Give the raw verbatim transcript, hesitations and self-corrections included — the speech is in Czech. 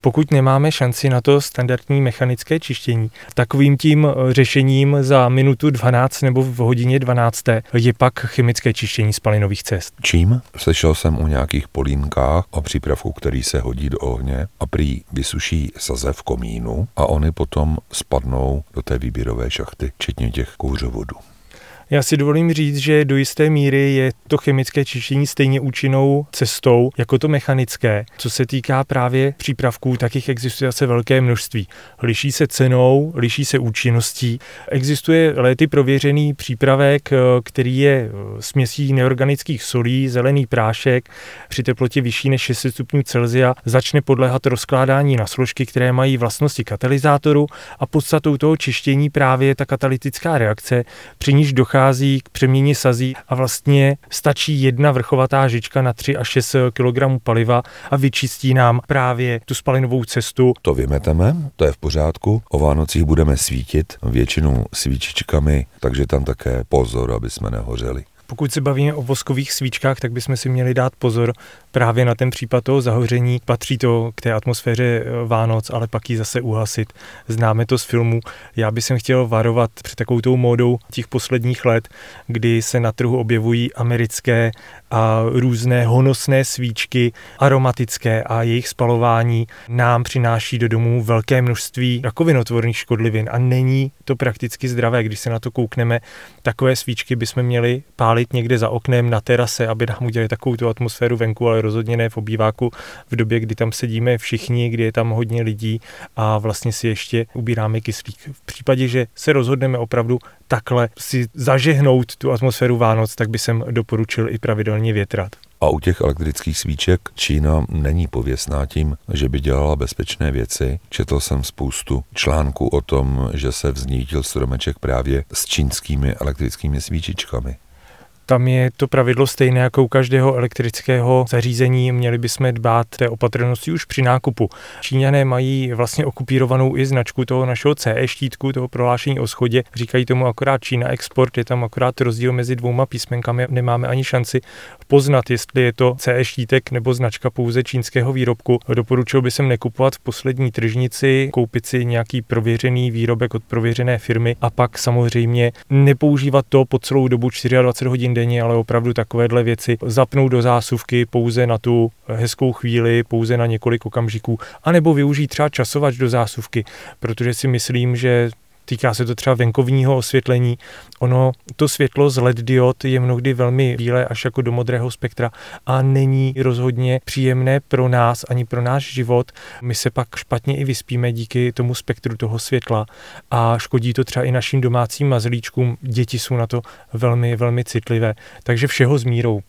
Pokud nemáme šanci na to standardní mechanické čištění, takovým tím řešením za minutu dvanáct nebo v hodině dvanáct je pak chemické čištění spalinových cest. Čím? Slyšel jsem o nějakých polínkách, o přípravku, který se hodí do ohně a prý vysuší sazev v komínu a oni potom spadnou do té výběrové šachty, včetně těch kouřovodů. Já si dovolím říct, že do jisté míry je to chemické čištění stejně účinnou cestou jako to mechanické. Co se týká právě přípravků, tak jich existuje asi velké množství. Liší se cenou, liší se účinností. Existuje léty prověřený přípravek, který je směsí neorganických solí, zelený prášek, při teplotě vyšší než šest set stupňů Celsia začne podléhat rozkládání na složky, které mají vlastnosti katalyzátoru a podstatou toho čištění právě ta katalytická reakce, při níž dochází k přeměně sazí a vlastně stačí jedna vrchovatá žička na tři až šest kilogramů paliva a vyčistí nám právě tu spalinovou cestu. To vymeteme, to je v pořádku. O Vánocích budeme svítit většinou svíčičkami, takže tam také pozor, aby jsme nehořeli. Pokud se bavíme o voskových svíčkách, tak bychom si měli dát pozor právě na ten případ toho zahoření. Patří to k té atmosféře Vánoc, ale pak ji zase uhasit. Známe to z filmu. Já bych chtěl varovat před takovou tou módou těch posledních let, kdy se na trhu objevují americké a různé honosné svíčky, aromatické a jejich spalování nám přináší do domů velké množství rakovinotvorných škodlivin a není to prakticky zdravé. Když se na to koukneme, takové svíčky bychom měli pálit někde za oknem na terase, aby nám udělali takovou tu atmosféru venku, ale rozhodně ne v obýváku v době, kdy tam sedíme všichni, kdy je tam hodně lidí a vlastně si ještě ubíráme kyslík. V případě, že se rozhodneme opravdu takhle si zažehnout tu atmosféru Vánoc, tak by jsem doporučil i pravidelně větrat. A u těch elektrických svíček Čína není pověstná tím, že by dělala bezpečné věci. Četl jsem spoustu článků o tom, že se vznítil stromeček právě s čínskými elektrickými svíčičkami. Tam je to pravidlo stejné jako u každého elektrického zařízení. Měli bychom dbát té opatrnosti už při nákupu. Číňané mají vlastně okupírovanou i značku toho našeho C E štítku, toho prohlášení o shodě. Říkají tomu akorát Čína Export, je tam akorát rozdíl mezi dvouma písmenkami. Nemáme ani šanci poznat, jestli je to C E štítek nebo značka pouze čínského výrobku. Doporučil bych nekupovat v poslední tržnici, koupit si nějaký prověřený výrobek od prověřené firmy a pak samozřejmě nepoužívat to po celou dobu dvacet čtyři hodin denně, ale opravdu takovéhle věci zapnout do zásuvky pouze na tu hezkou chvíli, pouze na několik okamžiků, anebo využít třeba časovač do zásuvky, protože si myslím, že týká se to třeba venkovního osvětlení. Ono, to světlo z L E D diod je mnohdy velmi bílé až jako do modrého spektra a není rozhodně příjemné pro nás ani pro náš život. My se pak špatně i vyspíme díky tomu spektru toho světla a škodí to třeba i našim domácím mazlíčkům. Děti jsou na to velmi, velmi citlivé. Takže všeho s mírou.